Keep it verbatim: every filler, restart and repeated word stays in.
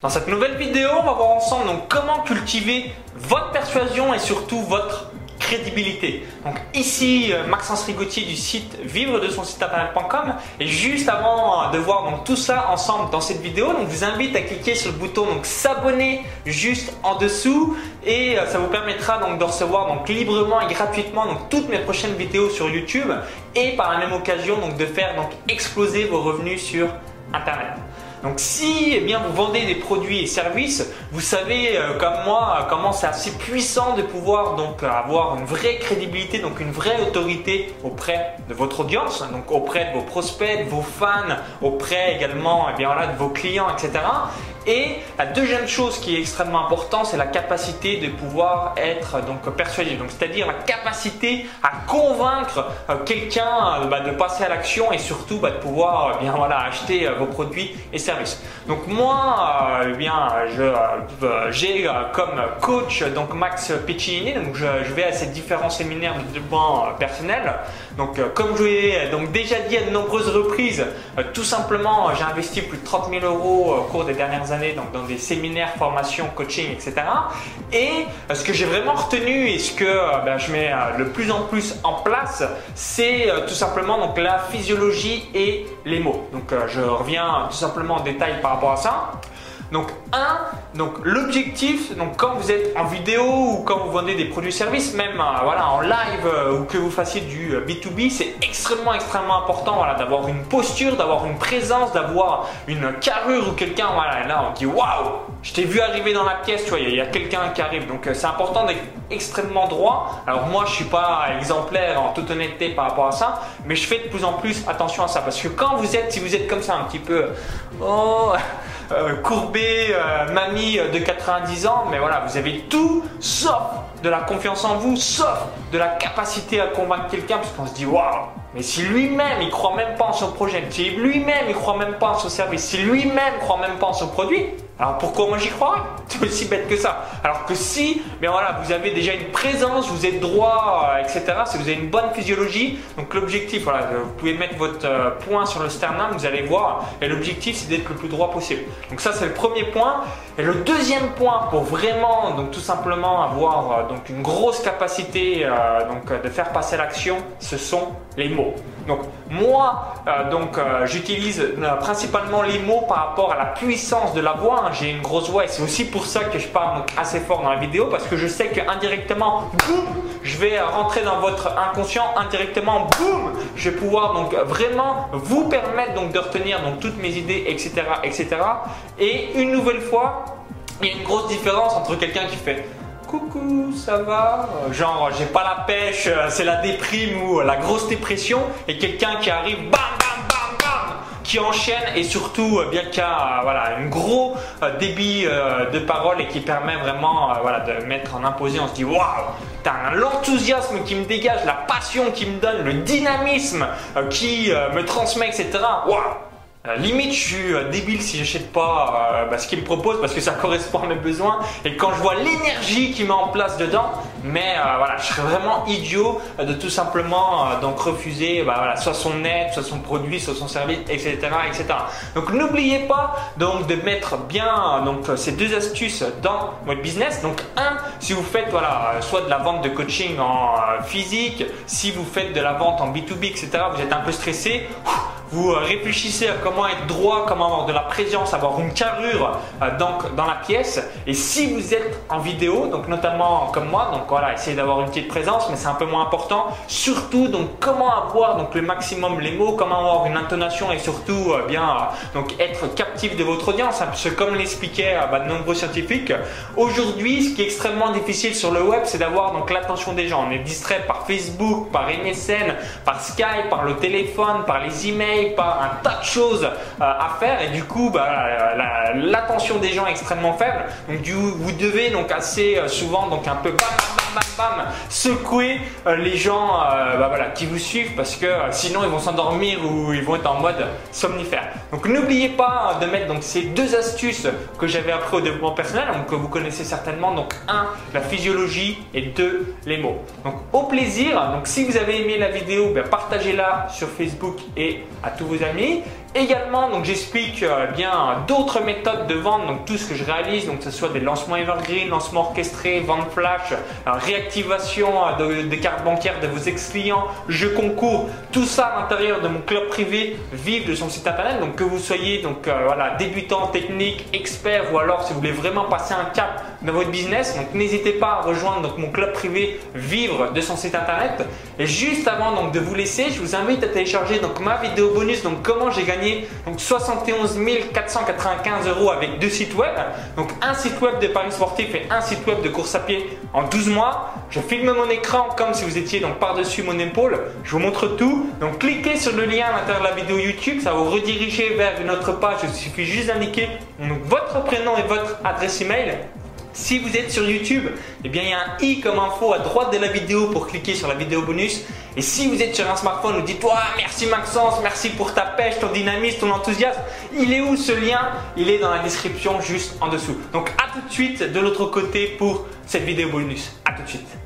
Dans cette nouvelle vidéo, on va voir ensemble donc comment cultiver votre persuasion et surtout votre crédibilité. Donc ici Maxence Rigotier du site vivre de son site internet point com, et juste avant de voir donc tout ça ensemble dans cette vidéo, donc je vous invite à cliquer sur le bouton donc s'abonner juste en dessous, et ça vous permettra donc de recevoir donc librement et gratuitement donc toutes mes prochaines vidéos sur YouTube, et par la même occasion donc de faire donc exploser vos revenus sur internet. Donc si eh bien, vous vendez des produits et services, vous savez euh, comme moi euh, comment c'est assez puissant de pouvoir donc avoir une vraie crédibilité, donc une vraie autorité auprès de votre audience, donc auprès de vos prospects, de vos fans, auprès également eh bien, voilà, de vos clients, et cetera. Et la deuxième chose qui est extrêmement importante, c'est la capacité de pouvoir être donc persuasif, donc c'est-à-dire la capacité à convaincre euh, quelqu'un euh, bah, de passer à l'action, et surtout bah, de pouvoir euh, bien voilà acheter euh, vos produits et services. Donc moi, euh, eh bien je euh, j'ai euh, comme coach donc Max Piccinini, donc je, je vais à ces différents séminaires de développement euh, personnel. Donc euh, comme je l'ai donc déjà dit à de nombreuses reprises, euh, tout simplement euh, j'ai investi plus de trente mille euros au cours des dernières années donc dans des séminaires, formations, coaching, et cetera. Et euh, ce que j'ai vraiment retenu et ce que euh, ben, je mets euh, le plus en plus en place, c'est euh, tout simplement donc la physiologie et les mots. Donc euh, je reviens tout simplement en détail par rapport à ça. Donc un, donc l'objectif, donc quand vous êtes en vidéo ou quand vous vendez des produits et services, même euh, voilà en live euh, ou que vous fassiez du B deux B, c'est extrêmement extrêmement important voilà d'avoir une posture, d'avoir une présence, d'avoir une carrure ou quelqu'un voilà là on dit waouh, je t'ai vu arriver dans la pièce, tu vois, il y a, a quelqu'un qui arrive. Donc euh, c'est important d'être extrêmement droit. Alors moi je suis pas exemplaire en toute honnêteté par rapport à ça, mais je fais de plus en plus attention à ça, parce que quand vous êtes, si vous êtes comme ça un petit peu oh Euh, courbé, euh, mamie de quatre-vingt-dix ans, mais voilà, vous avez tout sauf de la confiance en vous, sauf de la capacité à convaincre quelqu'un, parce qu'on se dit waouh, mais si lui-même il croit même pas en son projet, si lui-même il croit même pas en son service, si lui-même croit même pas en son produit, alors pourquoi moi j'y croirais? C'est aussi bête que ça. Alors que si, mais voilà, vous avez déjà une présence, vous êtes droit, euh, et cetera. Si vous avez une bonne physiologie, donc l'objectif, voilà, vous pouvez mettre votre euh, poing sur le sternum, vous allez voir, et l'objectif c'est d'être le plus droit possible. Donc ça c'est le premier point. Et le deuxième point pour vraiment, donc tout simplement avoir euh, donc une grosse capacité euh, donc de faire passer l'action, ce sont les mots. Donc moi, euh, donc euh, j'utilise euh, principalement les mots par rapport à la puissance de la voix. Hein. J'ai une grosse voix et c'est aussi pour ça que je parle donc assez fort dans la vidéo, parce que je sais que indirectement, boum, je vais rentrer dans votre inconscient. Indirectement, boum, je vais pouvoir donc vraiment vous permettre donc de retenir donc toutes mes idées, et cetera, et cetera. Et une nouvelle fois, il y a une grosse différence entre quelqu'un qui fait coucou, ça va? Genre, j'ai pas la pêche, c'est la déprime ou la grosse dépression, et quelqu'un qui arrive, bam, bam, bam, bam, qui enchaîne, et surtout, bien qu'il y a voilà, un gros débit de parole et qui permet vraiment voilà, de mettre en imposé, on se dit waouh! T'as l'enthousiasme qui me dégage, la passion qui me donne, le dynamisme qui me transmet, et cetera. Waouh! Euh, limite je suis euh, débile si j'achète pas euh, bah, ce qu'il me propose, parce que ça correspond à mes besoins, et quand je vois l'énergie qu'il met en place dedans, mais euh, voilà, je serais vraiment idiot euh, de tout simplement euh, donc refuser bah, voilà, soit son aide, soit son produit, soit son service, et cetera, et cetera. Donc n'oubliez pas donc de mettre bien donc ces deux astuces dans votre business. Donc un, si vous faites voilà soit de la vente de coaching en euh, physique, si vous faites de la vente en B deux B, et cetera, vous êtes un peu stressé, vous réfléchissez à comment être droit, comment avoir de la présence, avoir une carrure euh, donc, dans la pièce. Et si vous êtes en vidéo, donc notamment comme moi, donc voilà, essayez d'avoir une petite présence, mais c'est un peu moins important. Surtout, donc comment avoir donc le maximum les mots, comment avoir une intonation, et surtout euh, bien euh, donc être captif de votre audience. Hein, parce que comme l'expliquaient euh, bah, de nombreux scientifiques, aujourd'hui, ce qui est extrêmement difficile sur le web, c'est d'avoir donc l'attention des gens. On est distrait par Facebook, par M S N, par Skype, par le téléphone, par les emails, par un tas de choses euh, à faire, et du coup bah, l'attention la, la, des gens est extrêmement faible. Donc du, vous devez donc assez euh, souvent donc un peu bam bam bam bam, bam secouer euh, les gens euh, bah, voilà, qui vous suivent, parce que euh, sinon ils vont s'endormir ou ils vont être en mode somnifère. Donc n'oubliez pas de mettre donc ces deux astuces que j'avais appris au développement personnel, donc que vous connaissez certainement. Donc un, la physiologie, et deux, les mots. Donc au plaisir. Donc si vous avez aimé la vidéo, bah, partagez-la sur Facebook et à tous vos amis. Également, donc j'explique euh, bien d'autres méthodes de vente, donc tout ce que je réalise, donc que ce soit des lancements evergreen, lancements orchestrés, vente flash, euh, réactivation euh, de, des cartes bancaires de vos ex-clients, jeux concours, tout ça à l'intérieur de mon club privé Vivre de son site internet. Donc que vous soyez donc euh, voilà débutant, technique, expert ou alors si vous voulez vraiment passer un cap dans votre business, donc n'hésitez pas à rejoindre donc mon club privé Vivre de son site internet. Et juste avant donc de vous laisser, je vous invite à télécharger donc ma vidéo bonus, donc comment j'ai gagné donc soixante et onze mille quatre cent quatre-vingt-quinze euros avec deux sites web, donc un site web de paris sportifs et un site web de course à pied en douze mois. Je filme mon écran comme si vous étiez donc par-dessus mon épaule, je vous montre tout. Donc cliquez sur le lien à l'intérieur de la vidéo YouTube, ça va vous rediriger vers une autre page. Il suffit juste d'indiquer votre prénom et votre adresse email. Si vous êtes sur YouTube, eh bien, il y a un i comme info à droite de la vidéo pour cliquer sur la vidéo bonus. Et si vous êtes sur un smartphone, vous dites « Merci Maxence, merci pour ta pêche, ton dynamisme, ton enthousiasme ». Il est où ce lien? Il est dans la description juste en dessous. Donc à tout de suite de l'autre côté pour cette vidéo bonus. À tout de suite.